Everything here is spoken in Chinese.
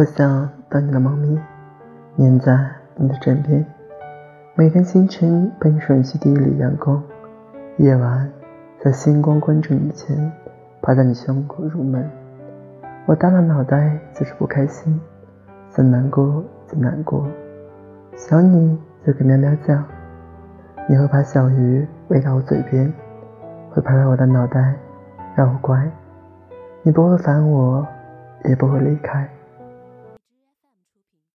我想当你的猫咪，黏在你的枕边，每天清晨陪你吮吸第一缕阳光，夜晚在星光关注以前趴在你胸口入梦。我耷拉脑袋就是不开心，想难过就难过，想你就给喵喵叫。你会把小鱼喂到我嘴边，会拍拍我的脑袋让我乖。你不会烦我，也不会离开。